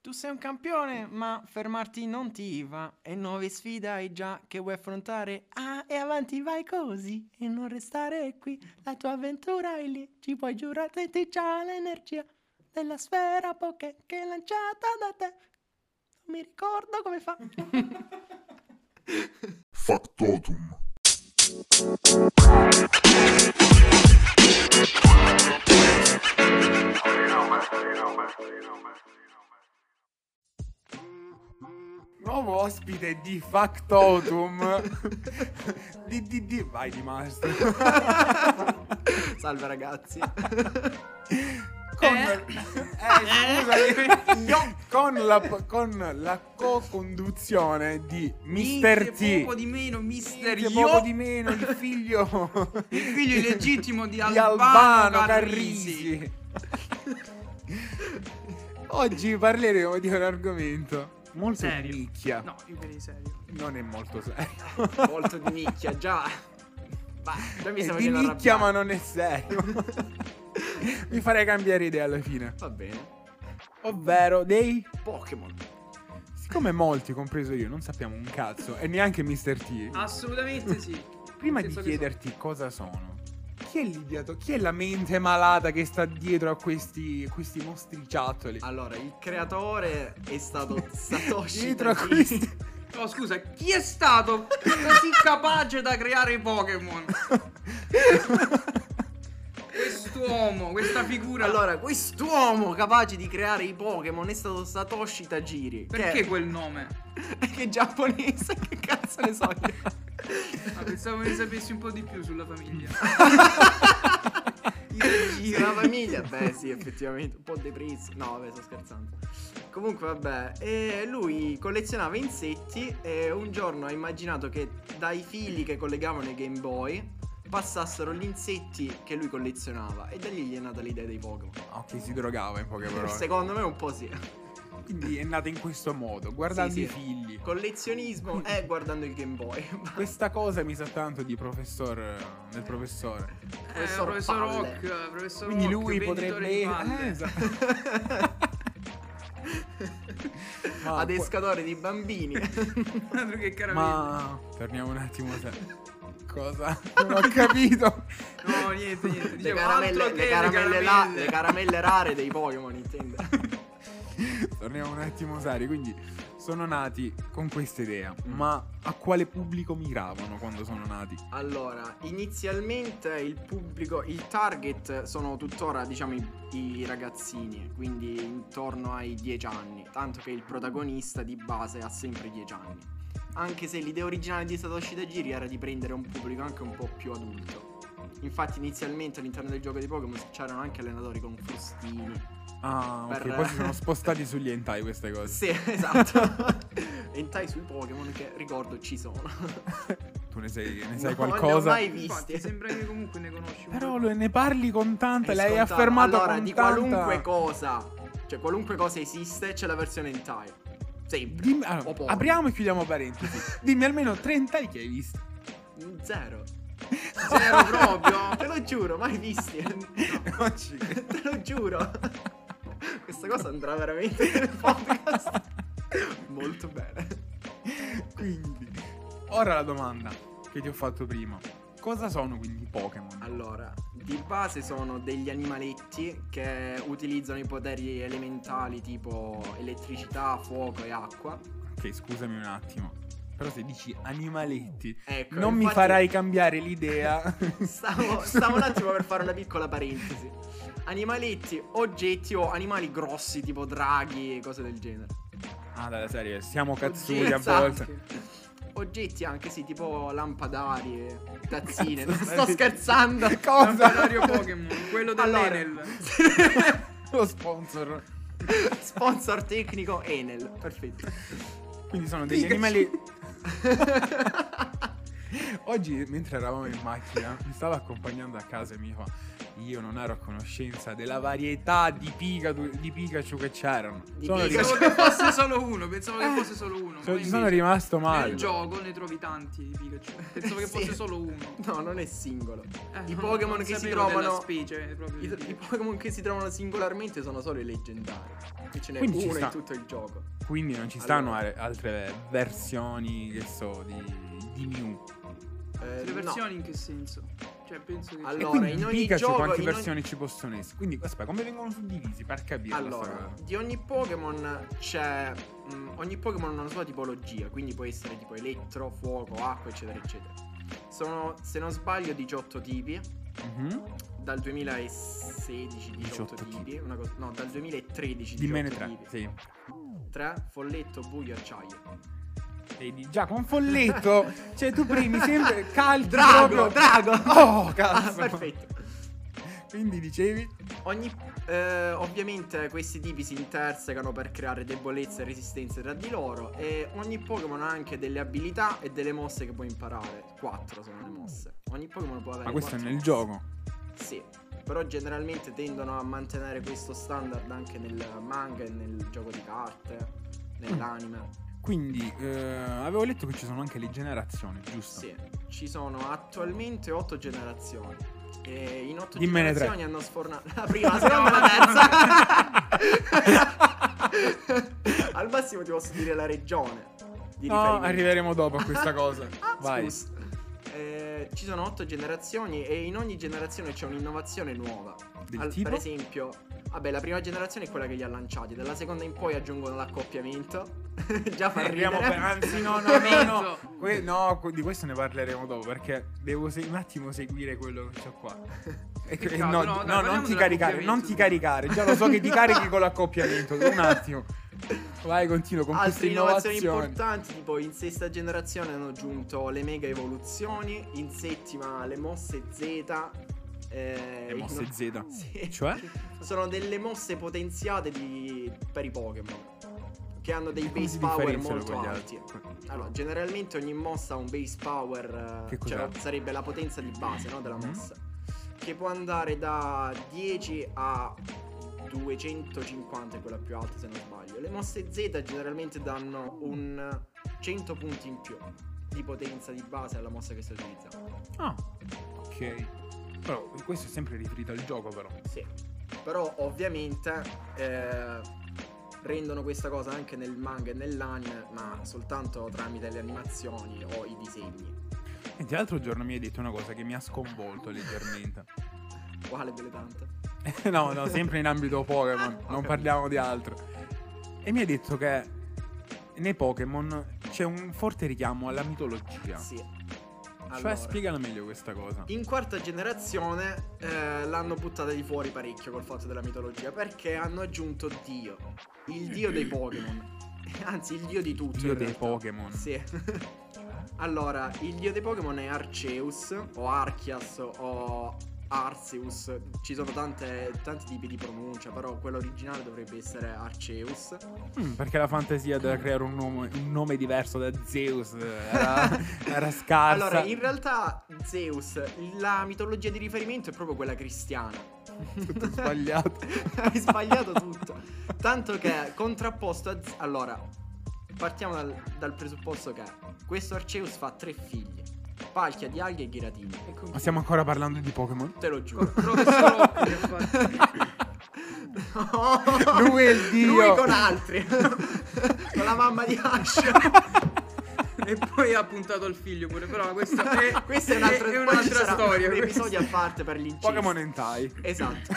Tu sei un campione, ma fermarti non ti va. E nuove sfide hai già che vuoi affrontare. Ah, e avanti vai così e non restare qui. La tua avventura è lì, ci puoi giurare, senti già l'energia della sfera Poké che è lanciata da te. Non mi ricordo come fa. Factotum. Nuovo ospite di Factotum. Vai di mastro. Salve ragazzi. Con la co-conduzione di Mr. T. Poco di meno, Mister Poco di meno, il figlio illegittimo di di Albano Carrisi. Oggi parleremo di un argomento molto Serio? di nicchia. No, io direi serio. Non è molto serio. Molto di nicchia, già. Già mi È sta di facendo nicchia, arrabbiare. ma non è serio. Mi farei cambiare idea alla fine. Va bene. Ovvero dei... Pokémon. Siccome molti, compreso io, non sappiamo un cazzo, e neanche Mr. T, Assolutamente sì. prima di Penso che chiederti cosa sono, chi è l'idiota, chi è la mente malata che sta dietro a questi mostriciattoli? Allora, il creatore è stato Satoshi Dietro a Tajiri. questi... Oh, scusa, chi è stato così capace da creare i Pokémon? Quest'uomo, questa figura. Allora, quest'uomo capace di creare i Pokémon è stato Satoshi Tajiri. Perché quel nome? Che è giapponese, che cazzo ne so io. Ah, pensavo ne sapessi un po' di più sulla famiglia. La famiglia, beh sì, effettivamente, un po' depresso. No, vabbè, sto scherzando. Comunque, vabbè, e lui collezionava insetti e un giorno ha immaginato che dai fili che collegavano i Game Boy passassero gli insetti che lui collezionava, e da lì gli è nata l'idea dei Pokémon. Ok, si drogava in poche parole. Secondo me un po' sì. Quindi è nata in questo modo, guardando Sì, i sì. figli. Collezionismo e guardando il Game Boy. Questa cosa mi sa tanto di del professore. Professor Palle. Rock, professor Quindi Rock, lui venditore potrebbe... di palle. esatto. Ma Adescatore di bambini. Altro che caramelle. Ma torniamo un attimo cosa? Non ho capito. No, niente. Le Dicevo, caramelle, altro che le caramelle rare dei Pokémon, intendo. Torniamo un attimo seri. Quindi sono nati con questa idea. Ma a quale pubblico miravano quando sono nati? Allora, inizialmente il target sono tuttora, diciamo, i ragazzini, quindi intorno ai 10 anni, tanto che il protagonista di base ha sempre 10 anni. Anche se l'idea originale di Satoshi Tajiri era di prendere un pubblico anche un po' più adulto. Infatti inizialmente all'interno del gioco di Pokémon c'erano anche allenatori con frustini. Ah, ok. Per- Poi si sono spostati sugli hentai queste cose. Sì, esatto. Hentai sui Pokémon che, ricordo, ci sono. Tu ne sai Non ne ho qualcosa? mai Infatti, visti. sembra che comunque ne conosci un Però po'. ne parli con tanta. È Lei ha scontato. affermato allora, con di tanta... qualunque cosa, cioè qualunque cosa esiste, c'è la versione hentai. Sempre. Dimmi, allora, O poco. apriamo e chiudiamo parentesi. Dimmi almeno 30 hentai che hai visto. Zero. Zero proprio. Te lo giuro, mai visti. Non ci credo. Te lo giuro. Questa cosa andrà veramente nel podcast. Molto bene. Quindi, ora la domanda che ti ho fatto prima. Cosa sono quindi i Pokémon? Allora, di base sono degli animaletti che utilizzano i poteri elementali tipo elettricità, fuoco e acqua. Ok, scusami un attimo. Però se dici animaletti, Ecco, non mi infatti- farai cambiare l'idea. Stavo un attimo per fare una piccola parentesi. Animaletti, oggetti o animali grossi tipo draghi e cose del genere. Ah, dalla serie, siamo cazzuti Oggetti, a volte. esatto. Oggetti anche sì, tipo lampadari, tazzine. Non Cazzo, sto scherzando. Cosa? Lampadario Pokémon, quello Allora. dell'Enel. Lo sponsor. Sponsor tecnico Enel. Perfetto. Quindi sono degli Pikachu. animali. Oggi, mentre eravamo in macchina, mi stava accompagnando a casa e mi fa: io non ero a conoscenza della varietà di Pikachu che c'erano. Di Sono Pikachu. Pensavo che fosse solo uno, pensavo che fosse solo uno. Poi sono invece rimasto male. nel gioco ne trovi tanti di Pikachu. Pensavo che Sì. fosse solo uno. No, non è singolo. I No, Pokémon non che si sapevo della trovano specie proprio di I Pikachu. Pokémon che si trovano singolarmente sono solo i leggendari. E ce n'è Quindi ci uno sta. in tutto il gioco. Quindi non ci stanno altre versioni, che so, di Mew. Le No. versioni in che senso? Cioè penso che E Allora, quindi in di ogni Pikachu gioco, quante in ogni- versioni ci possono essere? Quindi, aspetta, come vengono suddivisi per capire Allora, di ogni Pokémon c'è. Ogni Pokémon ha una sua tipologia. Quindi può essere tipo elettro, fuoco, acqua, eccetera, eccetera. Sono, se non sbaglio, 18 tipi. Dal 2016, 18 tipi. No, dal 2013, 18 Dimmene 3, tipi. sì. 3, folletto, buio, acciaio. Vedi, già con Folletto, cioè tu premi sempre calchi Drago! proprio. Drago! Oh, Ah, cazzo. perfetto. Quindi dicevi? Ovviamente questi tipi si intersecano per creare debolezze e resistenze tra di loro. E ogni Pokémon ha anche delle abilità e delle mosse che puoi imparare. 4 sono le mosse. Ogni Pokémon può avere. Ma questo è 4 nel mosse. gioco. Sì. Però generalmente tendono a mantenere questo standard anche nel manga e nel gioco di carte, nell'anime. Quindi avevo letto che ci sono anche le generazioni, giusto? Sì. Ci sono attualmente 8 generazioni. E in 8 Dimmene generazioni hanno sfornato la prima, la seconda e la terza. Al massimo ti posso dire la regione di No, riferimento. arriveremo dopo a questa cosa. Vai. Scusa. Ci sono 8 generazioni e in ogni generazione c'è un'innovazione nuova. Del tipo? Per esempio, vabbè, la prima generazione è quella che li ha lanciati. Dalla seconda in poi aggiungono l'accoppiamento. Già fa Arriviamo ridere. anzi no, di questo ne parleremo dopo perché devo un attimo seguire quello che c'ho qua. Peccato, No, no, dai, non ti parliamo caricare, dell'accoppiamento. non ti caricare. Già lo so che ti carichi con l'accoppiamento. Un attimo. Vai, continuo con queste Altre innovazioni innovazioni. importanti, tipo in sesta generazione hanno aggiunto le mega evoluzioni, in settima le mosse Z. Le mosse Z. Sì. Cioè? Sono delle mosse potenziate per i Pokémon che hanno dei Come base si power differenziano molto con gli alti. altri? Allora, generalmente ogni mossa ha un base power, Che cos'è? cioè sarebbe la potenza di base, no, della Mhm. mossa, che può andare da 10 a 250, è quella più alta se non sbaglio. Le mosse Z generalmente danno un 100 punti in più di potenza di base alla mossa che stai utilizzando. Ah, ok. Però questo è sempre riferito al gioco, però. Sì. Però ovviamente rendono questa cosa anche nel manga e nell'anime, ma soltanto tramite le animazioni o i disegni. Senti, l'altro giorno mi hai detto una cosa che mi ha sconvolto leggermente. Quale delle tante? No, sempre in ambito Pokémon, non parliamo di altro. E mi hai detto che nei Pokémon c'è un forte richiamo alla mitologia. Sì. Cioè, Allora, spiegala meglio questa cosa. in quarta generazione l'hanno buttata di fuori parecchio col fatto della mitologia, perché hanno aggiunto Dio, il dio dei Pokémon. Anzi, il dio di tutto. Dio in dei realtà. Pokémon. Sì. Allora, il dio dei Pokémon è Arceus, o Arceus, o Arceus. Ci sono tanti tipi di pronuncia, però quello originale dovrebbe essere Arceus. Perché la fantasia da creare un nome diverso da Zeus era scarsa. Allora, in realtà Zeus, la mitologia di riferimento è proprio quella cristiana. Tutto sbagliato. Hai sbagliato tutto. Tanto che contrapposto a allora, partiamo dal presupposto che questo Arceus fa 3 figli: Palkia, Dialga e Giratina. Ma stiamo ancora parlando di Pokémon? Te lo giuro. Professor Occhi, infatti. No. Lui è il dio. Lui con altri. Con la mamma di Ash. E poi ha puntato al figlio pure. Però questa è, Questa è un'altra, è poi ci un'altra sarà storia. Un questa. episodio a parte per l'incesto. Pokémon Hentai. Esatto.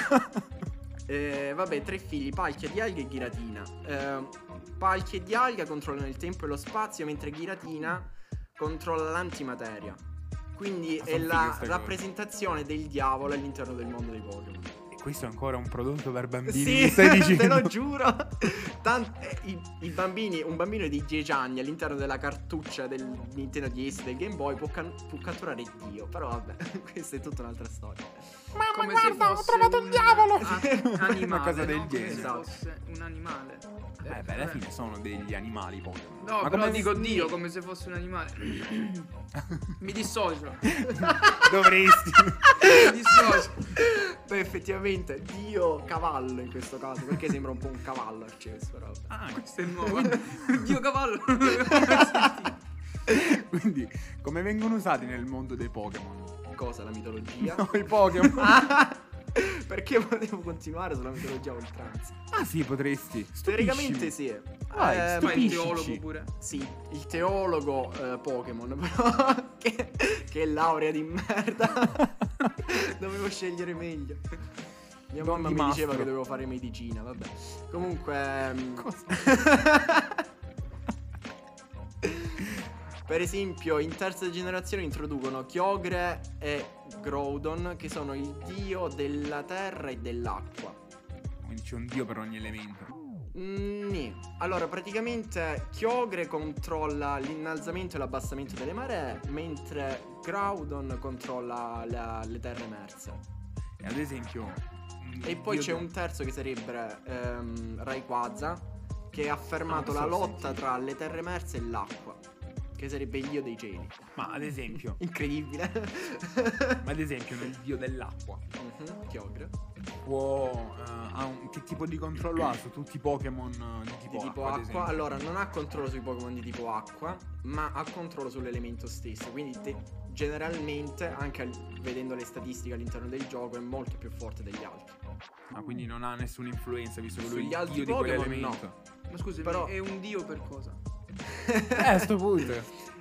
Vabbè, 3 figli: Palkia, Dialga e Giratina. Palkia e Dialga controllano il tempo e lo spazio, mentre Giratina controlla l'antimateria. Quindi Ma è son la fighe ste rappresentazione del diavolo all'interno del mondo dei Pokémon. E questo è ancora un prodotto per bambini, Sì, mi stai dicendo? te lo giuro. I bambini, un bambino di 10 anni all'interno della cartuccia del Nintendo DS, del Game Boy, può catturare Dio. Però vabbè, questa è tutta un'altra storia. Come se fosse un diavolo. Animale, Una cosa del no? Come genere. se Esatto. fosse un animale. Beh, alla fine sono degli animali Pokémon. No, Ma però come dico si- Dio come se fosse un animale. Mi dissocio. Dovresti. Mi dissocio. Beh, effettivamente Dio cavallo in questo caso, perché sembra un po' un cavallo Arceus, però. Ah, Questo è nuovo. Dio cavallo. quindi come vengono usati nel mondo dei Pokémon? Cosa, la mitologia? No, i Pokémon. Perché volevo continuare sulla mitologia a oltranza. Ah sì, potresti. Teoricamente Stupiscimi. sì. Vai, Fai il stupiscici. teologo pure. Sì, il teologo Pokémon, però che laurea di merda. Dovevo scegliere meglio. Mia Don mamma Di mi diceva Mastro. che dovevo fare medicina, vabbè. Comunque per esempio in terza generazione introducono Kyogre e Groudon, che sono il dio della terra e dell'acqua. Quindi c'è un dio per ogni elemento. Nì. Allora, praticamente Kyogre controlla l'innalzamento e l'abbassamento delle maree, mentre Groudon controlla le terre emerse. E ad esempio E poi dio c'è de- un terzo che sarebbe Rayquaza, che ha fermato Ah, la so, lotta senti. tra le terre emerse e l'acqua, che sarebbe il dio dei cieli. Ma ad esempio Incredibile. nel dio dell'acqua Kyogre. può che tipo di controllo ha su tutti i Pokémon di tipo, Di tipo ad acqua. esempio? Allora, non ha controllo sui Pokémon di tipo acqua, ma ha controllo sull'elemento stesso. Quindi generalmente, anche vedendo le statistiche all'interno del gioco, è molto più forte degli altri. Ah, quindi non ha nessuna influenza visto che lui Sugli è il altri dio di Pokémon, quell'elemento. Ma scusami, Però- è un dio per cosa? A sto punto.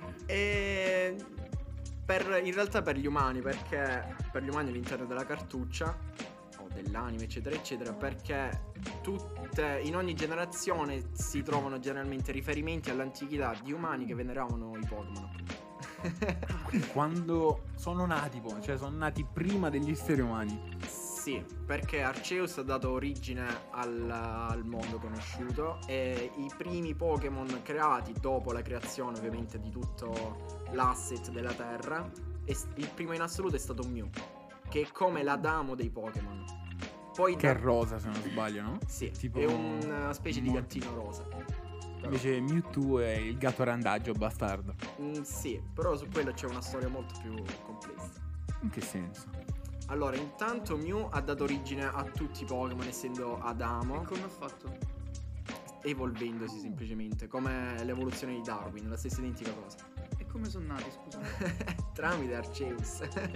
E in realtà per gli umani, perché per gli umani all'interno della cartuccia o dell'anime eccetera eccetera, perché in ogni generazione si trovano generalmente riferimenti all'antichità di umani che veneravano i Pokémon. Quindi quando sono nati, cioè sono nati prima degli esseri umani. Sì, perché Arceus ha dato origine al mondo conosciuto e i primi Pokémon creati dopo la creazione ovviamente di tutto l'asset della Terra, il primo in assoluto è stato Mew, che è come l'Adamo dei Pokémon. Poi Che è rosa se non sbaglio, no? sì, tipo è una specie di mo- gattino rosa. Però- Invece Mewtwo è il gatto randaggio bastardo. Sì, però su quello c'è una storia molto più complessa. In che senso? Allora, intanto Mew ha dato origine a tutti i Pokémon essendo Adamo. E come ha fatto? Evolvendosi semplicemente, come l'evoluzione di Darwin, la stessa identica cosa. E come sono nati, scusa? Tramite Arceus.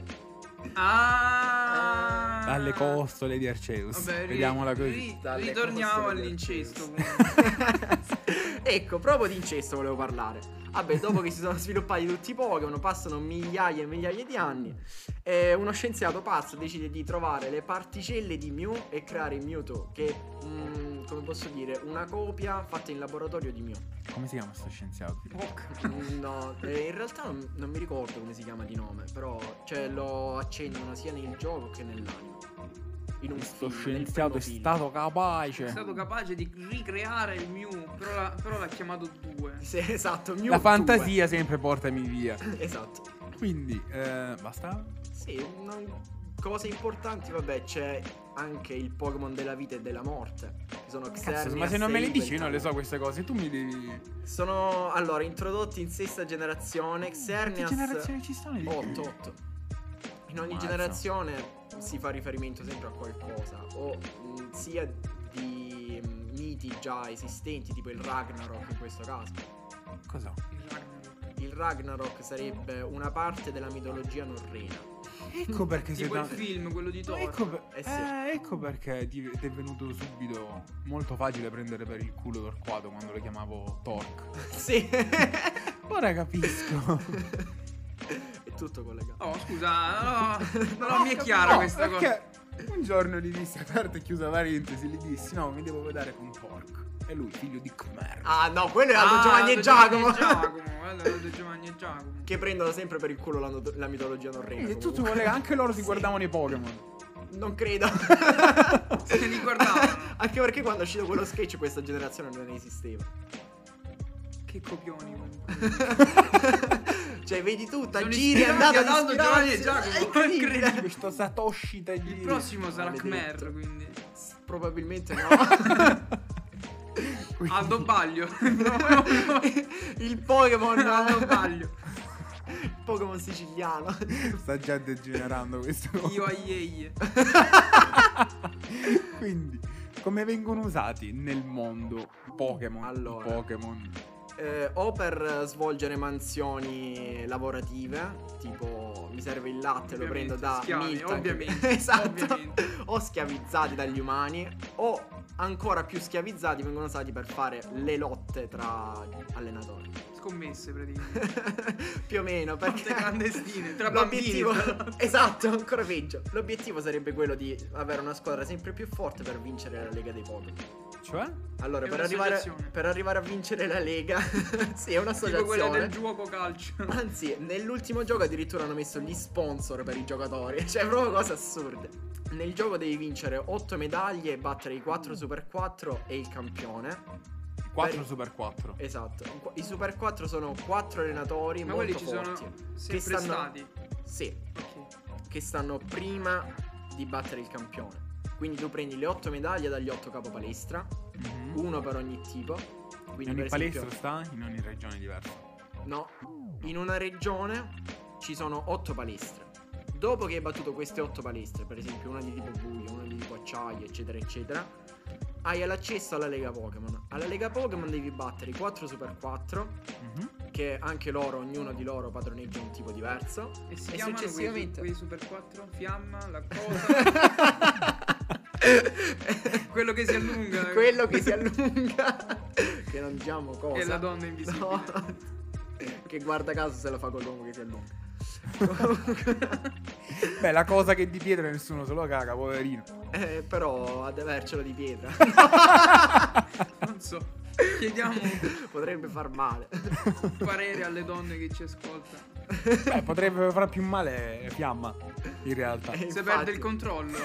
Ah! Dalle costole di Arceus. Vabbè, Vediamola così. Dalle ritorniamo costole di all'incesto. Ecco, proprio di incesto volevo parlare. Vabbè, dopo che si sono sviluppati tutti i Pokémon, passano migliaia e migliaia di anni, e uno scienziato pazzo decide di trovare le particelle di Mew e creare Mewtwo, che come posso dire, una copia fatta in laboratorio di Mew. Come si chiama sto scienziato? No, in realtà non mi ricordo come si chiama di nome, però cioè, lo accendono sia nel gioco che nell'anime. In un Sto film, nel scienziato primo è film. stato È capace. stato capace di ricreare il Mew, però l'ha chiamato 2. Sì, esatto, Mew La 2. fantasia sempre portami via. Esatto. Quindi, basta? Sì, cose importanti, vabbè, c'è anche il Pokémon della vita e della morte, che sono Xerneas. Cazzo, ma se non me le e dici io non le so Pentanus. queste cose, tu mi devi... Sono, allora, introdotti in sesta generazione. Che Xerneas... generazioni ci sono? 8. In ogni Ammazza. generazione si fa riferimento sempre a qualcosa, o sia di miti già esistenti, tipo il Ragnarok in questo caso. Cosa? Il Ragnarok. Il Ragnarok sarebbe una parte della mitologia norrena. Ecco perché sei Tipo il da- film, quello di Thor. Sì. Ecco perché ti è venuto subito molto facile prendere per il culo Torquato quando lo chiamavo Torque. Sì. Ora capisco. È tutto collegato. Oh, scusa, no, non mi è chiara questa cosa. Perché un giorno gli dissi, aperta e chiusa parentesi, gli dissi no, mi devo vedere con Torque. E lui, figlio di Khmer. Ah no, quello è Aldo Giovanni e Giacomo. Aldo Giovanni e Giacomo. Che prendono sempre per il culo la mitologia norrena. E tutto comunque. collega, anche loro si Sì. guardavano i Pokémon. Non credo. Se li guardavano. Anche perché quando è uscito quello sketch questa generazione non esisteva. Che copioni. Cioè, vedi tu, Sono Tagiri è ispirati andato ad Aldo Giovanni e ispirarsi. Giacomo. È incredibile. Questo Satoshi Tajiri. Il prossimo sarà Maledetto. Khmer, quindi. Probabilmente no. Aldo Baglio. Il Pokémon Aldo Baglio. il Pokémon siciliano. Sta già degenerando questo. Io aiei. Quindi, come vengono usati nel mondo Pokémon? Allora. I Pokémon. O per svolgere mansioni lavorative, tipo mi serve il latte, lo Ovviamente, prendo da schiavi, Miltank. ovviamente, Esatto. ovviamente. O schiavizzati dagli umani, o ancora più schiavizzati vengono usati per fare le lotte tra allenatori. Scommesse praticamente. Più o meno, perché Lotte clandestine, tra l'obiettivo bambini, tra l'altro. esatto, ancora peggio. L'obiettivo sarebbe quello di avere una squadra sempre più forte per vincere la Lega dei Pokémon. Cioè? Allora, È per arrivare, un'associazione. per arrivare a vincere la Lega, sì, è Tipo quella del un'associazione. gioco calcio. Anzi, nell'ultimo gioco addirittura hanno messo gli sponsor per i giocatori. Cioè, proprio cose assurde. Nel gioco devi vincere 8 medaglie, battere i 4 Super 4 e il campione. 4 Per- Super 4. Esatto. I Super 4 sono 4 allenatori Ma molto quelli ci sono forti. sempre stanno- stati. Sì, Ok. che stanno prima di battere il campione. Quindi tu prendi le 8 medaglie dagli 8 capo palestra, Mhm. uno per ogni tipo. Quindi In ogni per esempio, palestra sta in ogni regione diversa. no, in una regione ci sono 8 palestre. Dopo che hai battuto queste 8 palestre, per esempio una di tipo buio, una di tipo acciaio, eccetera, eccetera, hai l'accesso alla Lega Pokémon. Alla Lega Pokémon devi battere i 4 Super 4, Mhm. che anche loro, ognuno di loro padroneggia un tipo diverso. E si E chiamano successivamente quei Super 4? Fiamma, la cosa. Quello che si allunga. Quello che si allunga. Che non diciamo cosa. E la donna invisibile. No. Che guarda caso se lo fa con l'uomo che si allunga. Beh, la cosa che di pietra nessuno se lo caga, poverino. Però ha di avercelo di pietra. Non so. Chiediamo Potrebbe far male. parere alle donne che ci ascoltano. Beh, potrebbe far più male Fiamma, in realtà. Eh, Se infatti. perde il controllo.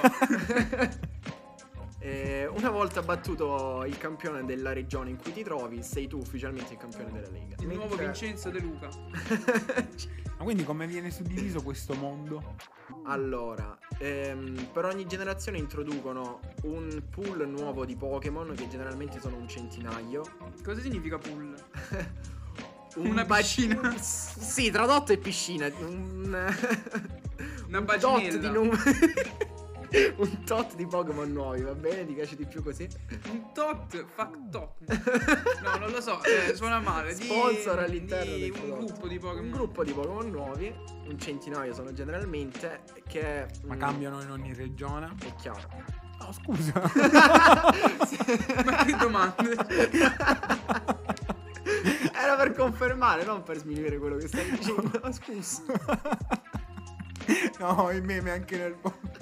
Una volta battuto il campione della regione in cui ti trovi, sei tu ufficialmente il campione della Lega. Il nuovo Mentre- Vincenzo De Luca. Ma quindi come viene suddiviso questo mondo? Allora, per ogni generazione introducono un pool nuovo di Pokémon, che generalmente sono un centinaio. Cosa significa pool? Una piscina. Sì, tradotto è piscina. Una tot bacinella. di un tot di Pokémon nuovi, va bene? Ti piace di più così? Un tot, fuck tot. No, non lo so, suona male. Sponsor all'interno di del un prodotto. gruppo di Pokémon. Un gruppo di Pokémon nuovi, un centinaio sono generalmente, che Ma cambiano in ogni regione? è chiaro. Oh, scusa. Ma che domande? Era per confermare, non per sminuire quello che stai dicendo. Scusa. No, i meme anche nel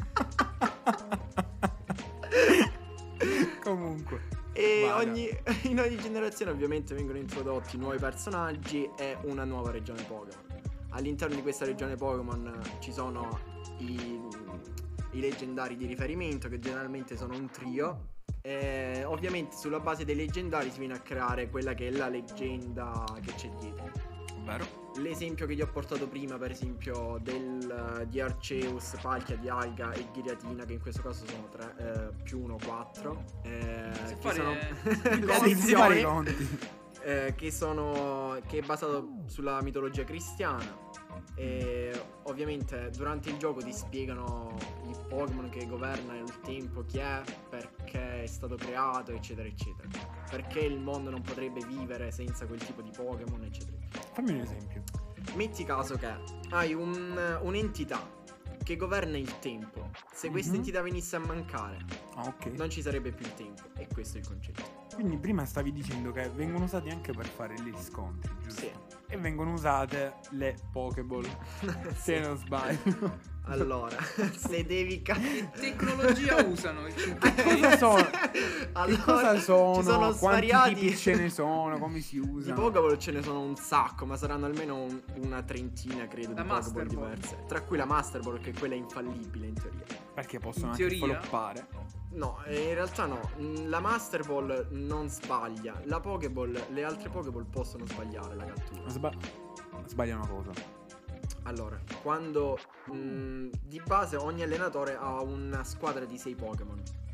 Comunque. E Vada. in ogni generazione ovviamente vengono introdotti nuovi personaggi e una nuova regione Pokémon. All'interno di questa regione Pokémon ci sono i leggendari di riferimento, che generalmente sono un trio. E ovviamente sulla base dei leggendari si viene a creare quella che è la leggenda che c'è dietro. Ovvero? L'esempio che ti ho portato prima, per esempio, di Arceus, Palkia, Dialga e Ghiriatina, che in questo caso sono 3 più 1, 4. Si Che fare sono i le conti. Si fare i addizioni, conti. che è basato sulla mitologia cristiana. E ovviamente durante il gioco ti spiegano il Pokémon che governa il tempo, chi è, perché è stato creato, eccetera, eccetera. Perché il mondo non potrebbe vivere senza quel tipo di Pokémon, eccetera. Fammi un esempio. Metti caso che hai un'entità che governa il tempo. Se questa Mhm. entità venisse a mancare, Ah, ok. non ci sarebbe più il tempo. E questo è il concetto. Quindi prima stavi dicendo che vengono usati anche per fare gli scontri, giusto? Sì. E vengono usate le Pokéball, se Sì. non sbaglio. Allora, se devi capire. Tecnologia usano il 5G. Cosa sono? Allora, Che cosa sono? Ci sono Quanti svariati tipi ce ne sono? Come si Di usano? Pokéball ce ne sono un sacco, ma saranno almeno una trentina, credo, La di Master Pokéball Ball. diverse. Tra cui la Master Ball, che è quella infallibile in teoria. Perché possono In anche teoria? floppare. No, in realtà no. La Master Ball non sbaglia. La Pokéball, le altre Pokéball possono sbagliare la cattura. Sbaglia una cosa. Allora, quando di base ogni allenatore ha una squadra di 6 Pokémon.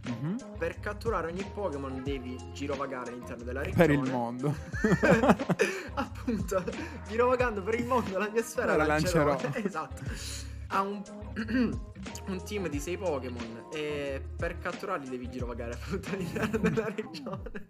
Mhm. Per catturare ogni Pokémon devi girovagare all'interno della regione. Per il mondo. Appunto, girovagando per il mondo la mia sfera Ora lancerò. lancerò. Esatto. Ha un team di 6 Pokémon e per catturarli devi girovagare appunto all'interno della regione.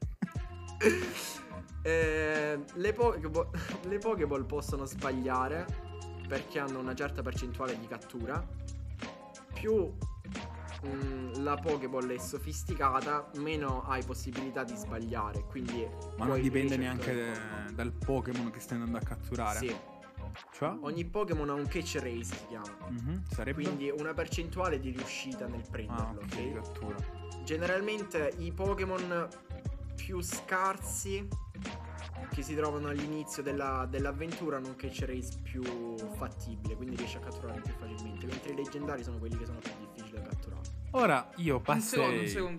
Le Pokéball possono sbagliare perché hanno una certa percentuale di cattura. Più la Pokéball è sofisticata, meno hai possibilità di sbagliare. Quindi Ma non puoi dipende ricevere- neanche dal Pokémon che stai andando a catturare. Sì, Cioè? ogni Pokémon ha un catch rate, si chiama. Mhm, sarebbe? Quindi una percentuale di riuscita nel prenderlo, ok, ok? cattura. Generalmente i Pokémon più scarsi che si trovano all'inizio dell'avventura hanno un catch rate più fattibile, quindi riesci a catturarli più facilmente, mentre i leggendari sono quelli che sono più difficili da catturare. Ora io Un passerei. secondo.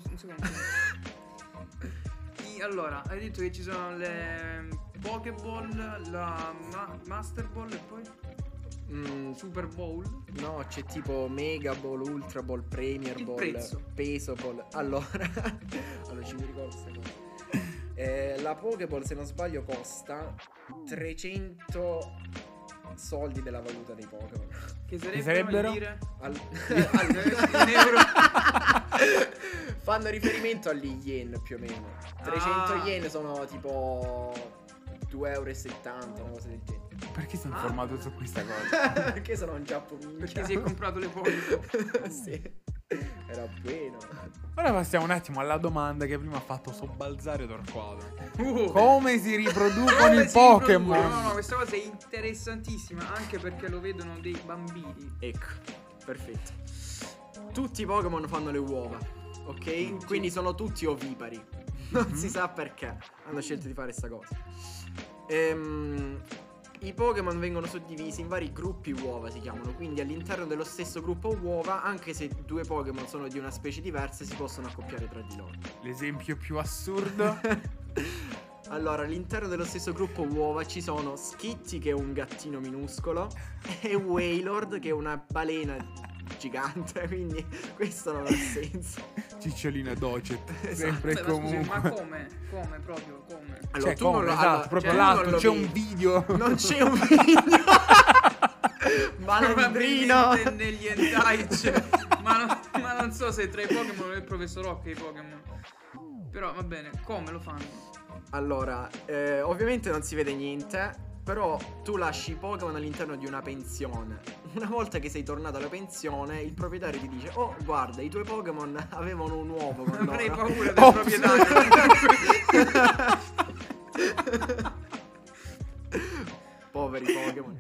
Allora, hai detto che ci sono le Pokéball, la Master Ball e poi Super Bowl. No, c'è tipo Mega Ball, Ultra Ball, Premier Il Ball, prezzo. Peso Ball. Allora ci mi ricordo questa cosa. La Pokéball, se non sbaglio, costa 300 soldi della valuta dei Pokémon. Che sarebbero? dire In euro. Fanno riferimento agli yen più o meno. 300 Ah. yen sono tipo 2,70 €, una cosa del genere. Perché sei Ah. informato su questa cosa? Perché sono un giapponese. Perché si è comprato le Pokéball. Sì. Era buono. Ora passiamo un attimo alla domanda che prima ha fatto sobbalzare Torquato. Come Come si riproducono i si Pokémon? riproducono? No, questa cosa è interessantissima anche perché lo vedono dei bambini. Ecco, perfetto. Tutti i Pokémon fanno le uova, ok? Quindi sono tutti ovipari. Non si sa perché hanno scelto di fare sta cosa. I Pokémon vengono suddivisi in vari gruppi uova, si chiamano. Quindi all'interno dello stesso gruppo uova, anche se due Pokémon sono di una specie diversa, si possono accoppiare tra di loro. L'esempio più assurdo. Allora, all'interno dello stesso gruppo uova ci sono Skitty, che è un gattino minuscolo, e Wailord, che è una balena gigante. Quindi questo non ha senso. Cicciolina Docet. Esatto. Sempre e Beh, ma scusi, comunque. ma come? Come proprio? Come? Allora, Cioè, come? lo- Esatto, allora, proprio tu l'altro. non lo C'è vedi. un video. Non c'è un video. Malandrino. Probabilmente negli hentai c'è. ma non so se tra i Pokémon è il professor Oak e i Pokémon. Però va bene, come lo fanno? Allora, ovviamente non si vede niente. Però tu lasci i Pokémon all'interno di una pensione. Una volta che sei tornato alla pensione, il proprietario ti dice: oh, guarda, i tuoi Pokémon avevano un uovo con loro. Avrei paura del Oh, proprietario. Poveri Pokémon.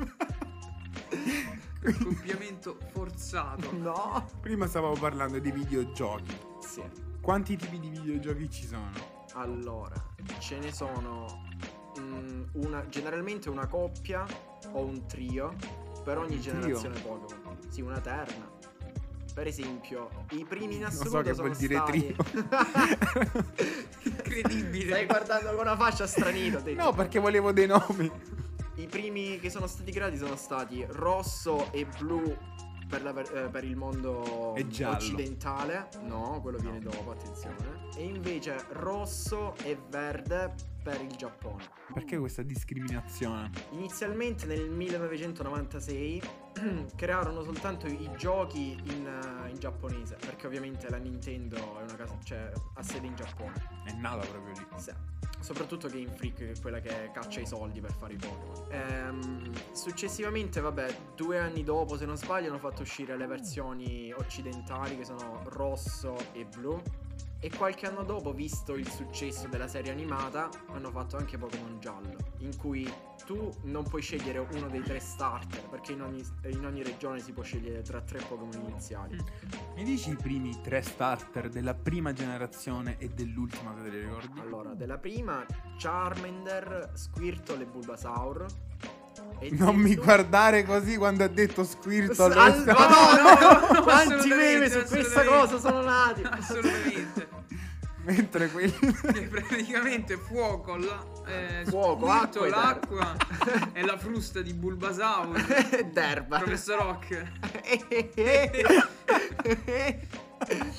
Accoppiamento forzato. No. Prima stavamo parlando di videogiochi. Sì. Quanti tipi di videogiochi ci sono? Allora, ce ne sono generalmente una coppia o un trio per ogni Un trio? generazione Pokémon. Sì, una terna. Per esempio, i primi in Non assoluto so che sono vuol dire stati... trio. Incredibile. Stai guardando con una faccia stranita, te. No, perché volevo dei nomi. I primi che sono stati creati sono stati rosso e blu per il mondo E giallo. occidentale. No, quello viene dopo, attenzione. E invece rosso e verde per il Giappone. Perché questa discriminazione? Inizialmente nel 1996 crearono soltanto i giochi in giapponese, perché ovviamente la Nintendo è una casa, cioè, ha sede in Giappone. È nata proprio lì. Sì. Soprattutto Game Freak, che è quella che caccia i soldi per fare i Pokémon. Successivamente, vabbè, 2 anni dopo, se non sbaglio, hanno fatto uscire le versioni occidentali, che sono rosso e blu. E qualche anno dopo, visto il successo della serie animata, hanno fatto anche Pokémon giallo, in cui tu non puoi scegliere uno dei 3 starter, perché in ogni regione si può scegliere tra 3 Pokémon iniziali. Mi dici i primi 3 starter della prima generazione e dell'ultima, te li ricordi? Allora, della prima, Charmander, Squirtle e Bulbasaur. E Non mi guardare così quando ha detto Squirtle. Madonna, no, quanti assolutamente, meme su questa assolutamente. cosa sono nati. Assolutamente. Mentre quelli... È praticamente fuoco, Fuoco, Squirtle, acqua l'acqua e la frusta di Bulbasaur. Derba. Professor Rock.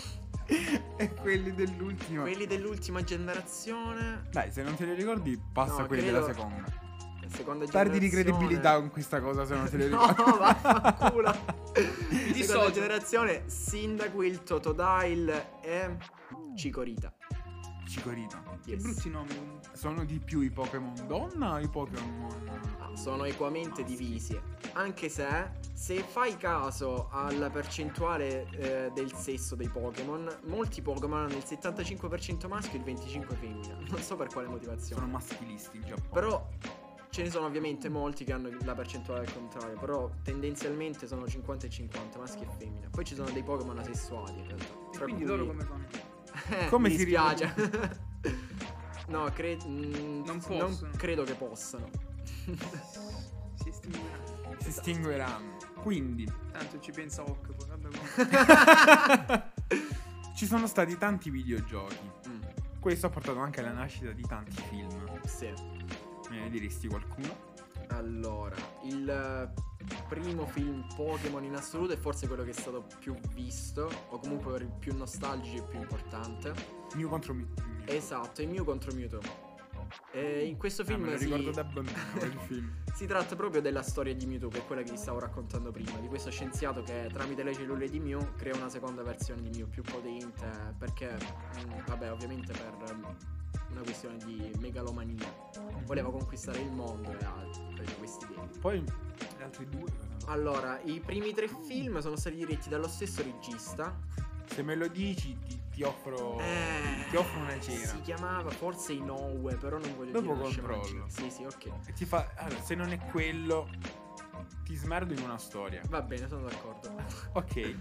E quelli dell'ultima. Quelli dell'ultima generazione. Dai, se non te li ricordi, passa No, a quelli credo- della seconda. Seconda Perdi di generazione. credibilità con questa cosa se non te li No, ricordi. vaffanculo. Mi Seconda dissocio. generazione, Cyndaquil, Totodile e Chikorita. Cicorita. Che Yes. brutti nomi comunque. Sono di più i Pokémon donna o i Pokémon? Sono equamente divisi. Anche se fai caso alla percentuale del sesso dei Pokémon, molti Pokémon hanno il 75% maschio e il 25% femmina. Non so per quale motivazione. Sono maschilisti in Giappone. Però ce ne sono ovviamente molti che hanno la percentuale al contrario. Però tendenzialmente sono 50 e 50, maschi e femmina. Poi ci sono dei Pokémon asessuali in realtà. E tra quindi cui- loro come fanno? Come mi si dispiace. No, Non possono. credo che possano. Si estingueranno. Si estingueranno. Quindi Tanto ci pensa Hawk poi, vabbè. ci sono stati tanti videogiochi. Mm, Questo ha portato anche alla nascita di tanti film. sì. Me ne diresti qualcuno? Allora, il primo film Pokémon in assoluto è forse quello che è stato più visto, o comunque per il più nostalgico e più importante. Mew contro Mew. Esatto, è Mew contro Mewtwo. E in questo film me lo si, ricordo da bambino quel film. si tratta proprio della storia di Mewtwo, che è quella che vi stavo raccontando prima, di questo scienziato che tramite le cellule di Mew crea una seconda versione di Mew più potente, perché, vabbè, ovviamente per una questione di megalomania. Voleva conquistare il mondo e ha preso questi idee. Poi gli altri due. Allora, i primi 3 film sono stati diretti dallo stesso regista. Se me lo dici ti offro una cena. Si chiamava forse Inoue, però non voglio Dopo dire una controllo. scemaccia. Sì, ok. E ti fa. Allora, se non è quello, ti smerdo in una storia. Va bene, sono d'accordo. Ok.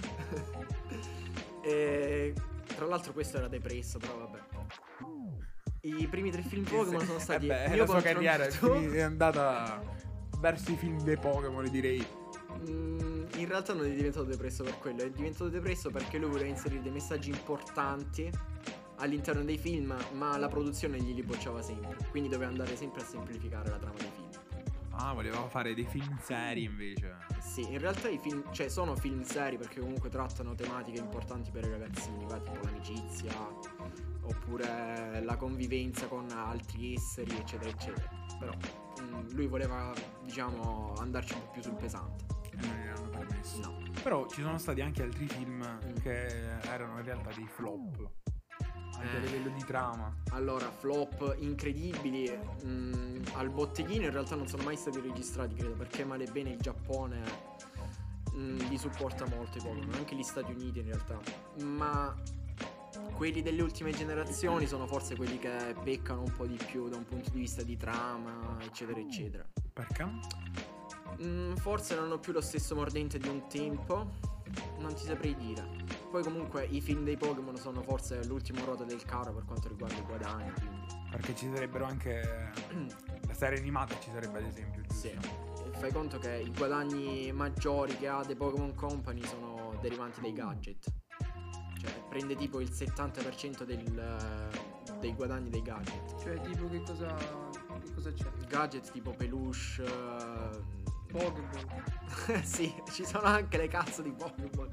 E, tra l'altro questo era depresso, però vabbè. I primi 3 film Pokémon sono stati Vabbè, Mew la sua contro carriera Mewtwo. è andata verso i film dei Pokémon, direi. In realtà non è diventato depresso per quello, è diventato depresso perché lui voleva inserire dei messaggi importanti all'interno dei film, ma la produzione glieli bocciava sempre. Quindi doveva andare sempre a semplificare la trama dei film. Ah, voleva fare dei film seri invece. Sì, in realtà i film, cioè sono film seri perché comunque trattano tematiche importanti per i ragazzini, va, tipo l'amicizia, oppure la convivenza con altri esseri, eccetera, eccetera. Però lui voleva, diciamo, andarci un po' più sul pesante. E non gliel'hanno permesso. No. Però ci sono stati anche altri film che erano in realtà dei flop. Anche a livello di trama. Allora, flop incredibili. Al botteghino in realtà non sono mai stati registrati, credo, perché male bene il Giappone li supporta molto i Pokémon, anche gli Stati Uniti in realtà. Ma quelli delle ultime generazioni sono forse quelli che peccano un po' di più da un punto di vista di trama, eccetera, eccetera. Perché? Forse non hanno più lo stesso mordente di un tempo. Non ti saprei dire. Poi comunque i film dei Pokémon sono forse l'ultima ruota del carro per quanto riguarda i guadagni, quindi Perché ci sarebbero anche la serie animata, ci sarebbe ad esempio, giusto? sì. E fai conto che i guadagni maggiori che ha The Pokémon Company sono derivanti dai gadget. Cioè prende tipo il 70% dei guadagni dei gadget. Cioè, tipo, che cosa c'è? Gadget tipo peluche. Pokéball. Sì, ci sono anche le cazzo di Pokémon.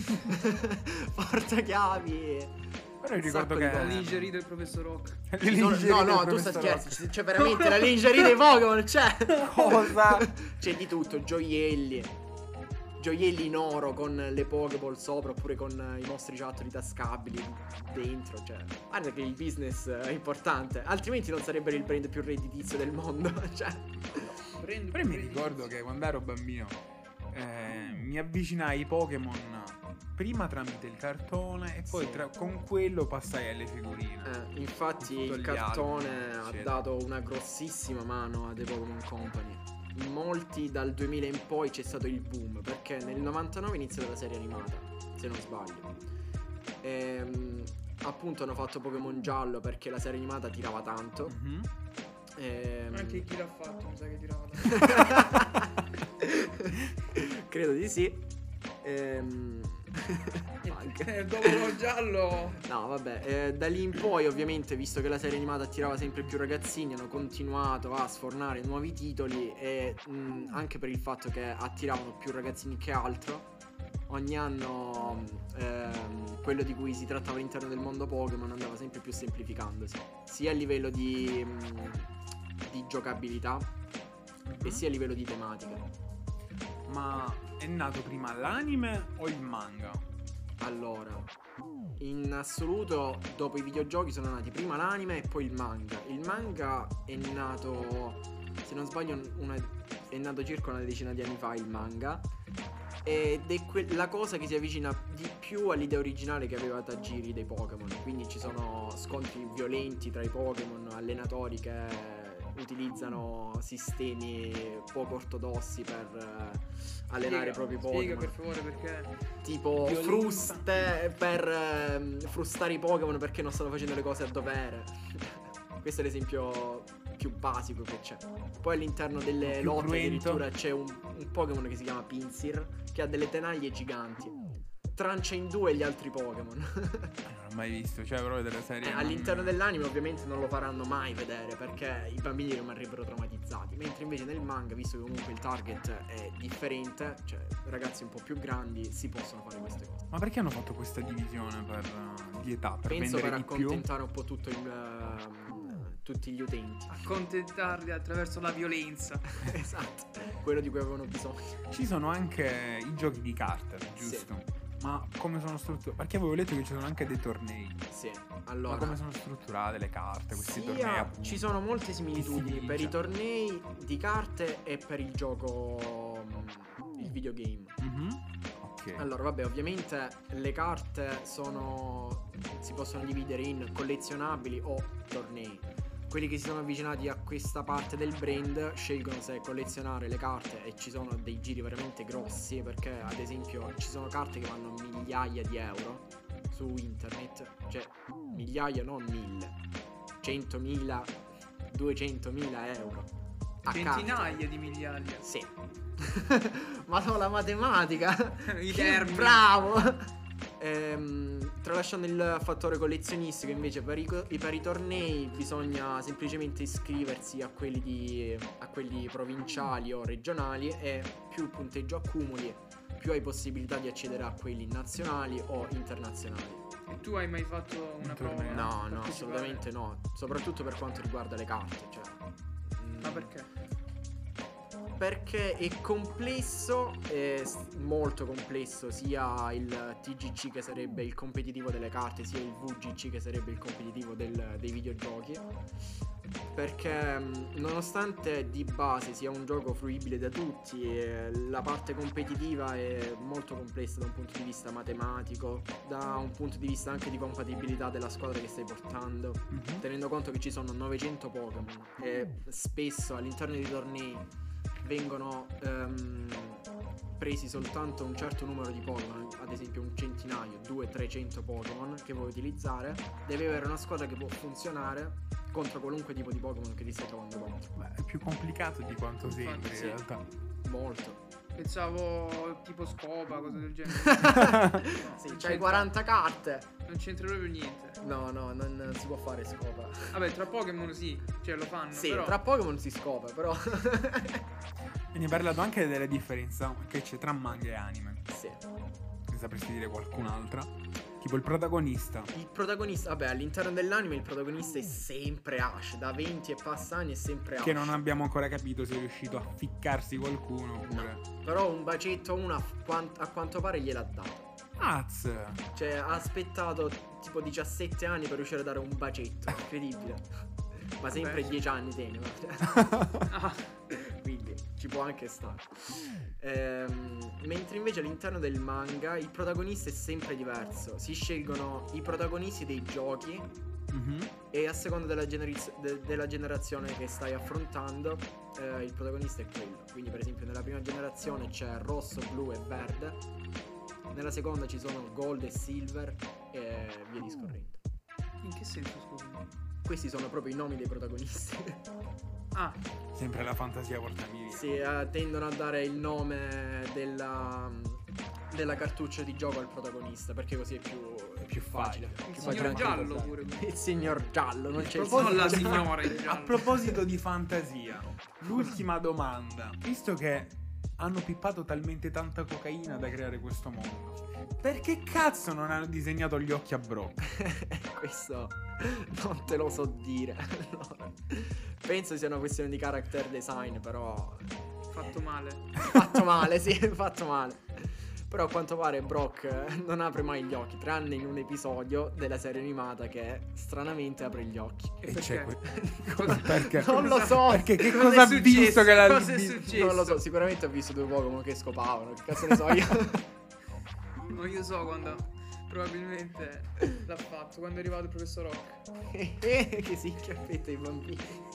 Portachiavi. Però io Un ricordo sacco che di La cose. lingerie del professor Rock. le No, lingerie no, del tu stai professor scherzando. Rock. C'è veramente la lingerie dei Pokémon. C'è. Cosa? C'è di tutto, gioielli. Gioielli in oro con le Pokéball sopra, oppure con i mostriciattoli tascabili dentro. Cioè, guarda che il business è importante. Altrimenti non sarebbero il brand più redditizio del mondo. Cioè, Però mi ricordo che quando ero bambino mi avvicinai ai Pokémon prima tramite il cartone e poi Sì. con quello passai alle figurine. infatti Tutto il gli cartone album, ha eccetera. dato una grossissima mano a The Pokémon Company. In molti dal 2000 in poi c'è stato il boom, perché nel 99 è iniziata la serie animata, se non sbaglio. Appunto hanno fatto Pokémon Giallo perché la serie animata tirava tanto. Mhm. Anche chi l'ha fatto, mi sa che tirava. Credo di sì. Dopo giallo. No, vabbè, da lì in poi ovviamente, visto che la serie animata attirava sempre più ragazzini, hanno continuato a sfornare nuovi titoli e anche per il fatto che attiravano più ragazzini che altro, ogni anno quello di cui si trattava all'interno del mondo Pokémon andava sempre più semplificandosi, sia a livello di giocabilità e sia a livello di tematica. Ma è nato prima l'anime o il manga? Allora, in assoluto dopo i videogiochi sono nati prima l'anime e poi il manga. Il manga è nato, se non sbaglio, è nato circa una decina di anni fa il manga. Ed è la cosa che si avvicina di più all'idea originale che aveva Tajiri dei Pokémon. Quindi ci sono scontri violenti tra i Pokémon, allenatori che utilizzano sistemi poco ortodossi per allenare i propri Pokémon. Spiega per favore perché. Tipo fruste per frustare i Pokémon perché non stanno facendo le cose a dovere. Questo è l'esempio più basico che c'è. Poi all'interno delle lotte addirittura c'è un Pokémon che si chiama Pinsir, che ha delle tenaglie giganti, trancia in due gli altri Pokémon. Non ho mai visto, cioè proprio delle serie all'interno dell'anime ovviamente non lo faranno mai vedere perché i bambini rimarrebbero traumatizzati, mentre invece nel manga, visto che comunque il target è differente, cioè ragazzi un po' più grandi, si possono fare queste cose. Ma perché hanno fatto questa divisione di età? Per penso vendere per di più? accontentare un po' tutti gli utenti. Accontentarli attraverso la violenza. Esatto, quello di cui avevano bisogno. Ci sono anche i giochi di carte, giusto? Sì. Ma come sono strutturati? Perché avevo letto che ci sono anche dei tornei. Sì, allora. Ma come sono strutturate le carte, questi tornei? Appunto? Ci sono molte similitudini Sì, per cioè. i tornei di carte e per il gioco, il videogame. Ok. Allora, vabbè, ovviamente le carte si possono dividere in collezionabili o tornei. Quelli che si sono avvicinati a questa parte del brand scelgono se collezionare le carte, e ci sono dei giri veramente grossi, perché ad esempio ci sono carte che vanno a migliaia di euro su internet, cioè migliaia, non 1000, 100.000, 200.000 euro a Centinaia carta. di migliaia. Sì. Ma no, la matematica. I Che termini. bravo. Tralasciando il fattore collezionistico, invece per i tornei bisogna semplicemente iscriversi a quelli provinciali o regionali, e più il punteggio accumuli, più hai possibilità di accedere a quelli nazionali o internazionali. E tu hai mai fatto una prova? torneo? No, partecipare? assolutamente no. Soprattutto per quanto riguarda le carte, cioè. Ma perché? Perché è complesso, è molto complesso, sia il TGC che sarebbe il competitivo delle carte, sia il VGC che sarebbe il competitivo dei videogiochi. Perché nonostante di base sia un gioco fruibile da tutti, la parte competitiva è molto complessa da un punto di vista matematico, da un punto di vista anche di compatibilità della squadra che stai portando, tenendo conto che ci sono 900 Pokémon e spesso all'interno dei tornei vengono presi soltanto un certo numero di Pokémon, ad esempio un centinaio, 200-300 Pokémon che vuoi utilizzare. Devi avere una squadra che può funzionare contro qualunque tipo di Pokémon che ti stai trovando contro. Beh, è più complicato di quanto Infatti, sembri sì. in realtà. Molto. Pensavo tipo scopa, cose del genere. Sì, non c'hai c'entra- 40 carte. Non c'entra proprio niente. No, non si può fare scopa. Vabbè, tra Pokémon sì, cioè lo fanno. Sì, però... tra Pokémon si scopa, però. Quindi hai parlato anche delle differenze che c'è tra manga e anime. Sì. Ne sapresti dire qualcun'altra? Tipo il protagonista. Il protagonista, vabbè, all'interno dell'anime il protagonista è sempre Ash. Da 20 e passa anni è sempre Ash. Che non abbiamo ancora capito se è riuscito a ficcarsi qualcuno oppure... Però un bacetto a uno a quanto pare gliel'ha dato. Az! Cioè ha aspettato tipo 17 anni per riuscire a dare un bacetto. Incredibile. Ma sempre Vabbè. 10 anni tiene, guarda. Ah, Quindi ci può anche stare. Mentre invece all'interno del manga il protagonista è sempre diverso. Si scelgono i protagonisti dei giochi e a seconda della generazione che stai affrontando, il protagonista è quello. Quindi per esempio nella prima generazione c'è rosso, blu e verde. Nella seconda ci sono gold e silver e via discorrendo. in che senso, scusami? Questi sono proprio i nomi dei protagonisti. Ah, Sempre la fantasia portami via. Sì, tendono a dare il nome della cartuccia di gioco al protagonista, perché così è più facile. il Più signor facile anche giallo ricordare. pure. Il signor giallo, non c'è il Non la signor signora in A giallo. proposito di fantasia, l'ultima domanda. Visto che hanno pippato talmente tanta cocaina da creare questo mondo. Perché cazzo non hanno disegnato gli occhi a Brock? Questo non te lo so dire. Allora, penso sia una questione di character design, però Fatto male. fatto male, sì, fatto male. Però a quanto pare Brock non apre mai gli occhi, tranne in un episodio della serie animata che stranamente apre gli occhi. E Perché? c'è perché? Non lo so. Perché che Cosa cosa è ha visto successo? che l'ha Cosa è successo? Non lo so, sicuramente ha visto due Pokémon che scopavano, che cazzo ne so io. No, io so quando probabilmente l'ha fatto, quando è arrivato il professor Rock. Che si chiappetta i bambini.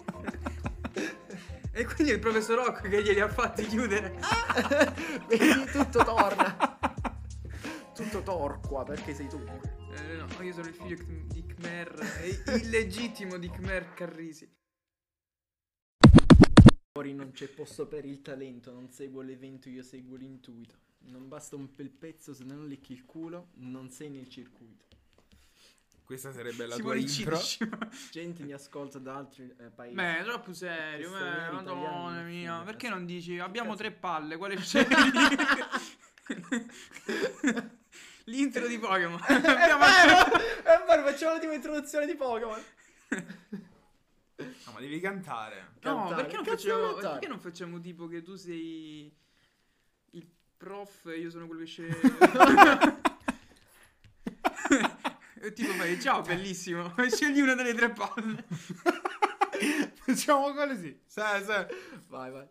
E quindi è il professor Rock che glieli ha fatti chiudere. Vedi, tutto torna. Tutto torqua, perché sei tu. No, io sono il figlio di Khmer, illegittimo di Khmer Carrisi. Fuori non c'è posto per il talento, non seguo l'evento, io seguo l'intuito. Non basta un bel pezzo, se non lecchi il culo, non sei nel circuito. Questa sarebbe la Si tua vuole intro. Gente mi ascolta da altri paesi. Beh, troppo serio, Questo è madonna italiano, mia. figlio, Perché cazzo. non dici abbiamo Cazzo. 3 palle, quale scegli? L'intro di Pokémon. Abbiamo È vero, facciamo l'ultima introduzione di Pokémon. No, ma devi cantare. No, Cantare. perché non, Cazzo facciamo, devo cantare? perché non facciamo tipo che tu sei il prof e io sono quello che sceglie. E tipo fai ciao bellissimo, scegli una delle 3 palle. Facciamo così. Sì. Vai, vai.